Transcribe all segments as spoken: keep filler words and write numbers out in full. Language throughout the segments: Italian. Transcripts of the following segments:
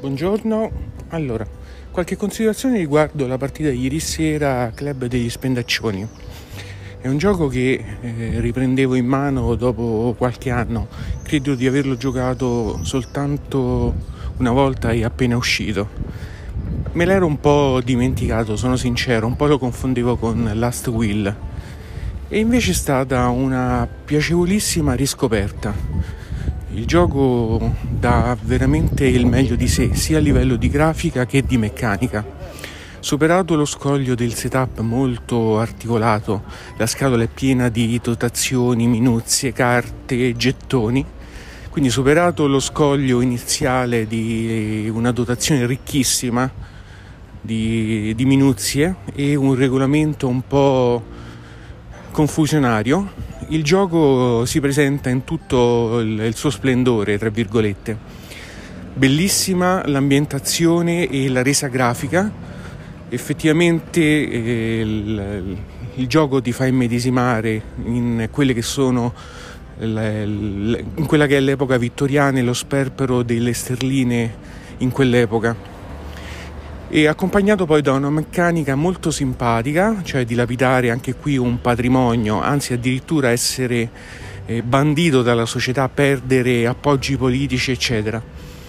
Buongiorno, allora, qualche considerazione riguardo la partita di ieri sera a Club degli Spendaccioni. È un gioco che eh, riprendevo in mano dopo qualche anno, credo di averlo giocato soltanto una volta e appena uscito. Me l'ero un po' dimenticato, sono sincero, un po' lo confondevo con Last Will e invece è stata una piacevolissima riscoperta. Il gioco dà veramente il meglio di sé, sia a livello di grafica che di meccanica. Superato lo scoglio del setup molto articolato, la scatola è piena di dotazioni, minuzie, carte e gettoni. Quindi superato lo scoglio iniziale di una dotazione ricchissima di, di minuzie e un regolamento un po' confusionario, il gioco si presenta in tutto il, il suo splendore, tra virgolette. Bellissima l'ambientazione e la resa grafica. Effettivamente eh, il, il gioco ti fa immedesimare in quelle che sono le, le, in quella che è l'epoca vittoriana e lo sperpero delle sterline in quell'epoca, e accompagnato poi da una meccanica molto simpatica, cioè dilapidare anche qui un patrimonio, anzi addirittura essere eh, bandito dalla società, perdere appoggi politici eccetera.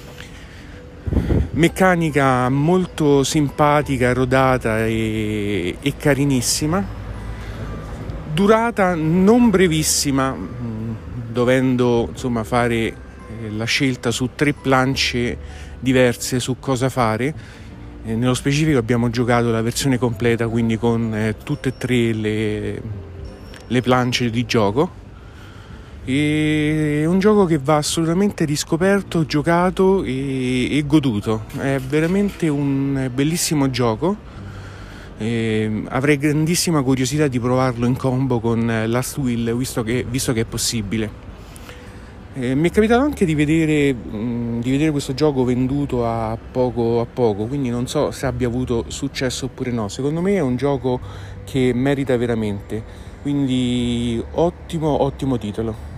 Meccanica molto simpatica, rodata e, e carinissima, durata non brevissima, dovendo insomma fare eh, la scelta su tre planche diverse su cosa fare. Eh, nello specifico abbiamo giocato la versione completa, quindi con eh, tutte e tre le, le planche di gioco. E è un gioco che va assolutamente riscoperto, giocato e, e goduto. È veramente un bellissimo gioco. Eh, avrei grandissima curiosità di provarlo in combo con Last Will, visto che, visto che è possibile. Eh, mi è capitato anche di vedere, mh, di vedere questo gioco venduto a poco a poco, quindi non so se abbia avuto successo oppure no. Secondo me è un gioco che merita veramente, quindi ottimo ottimo titolo.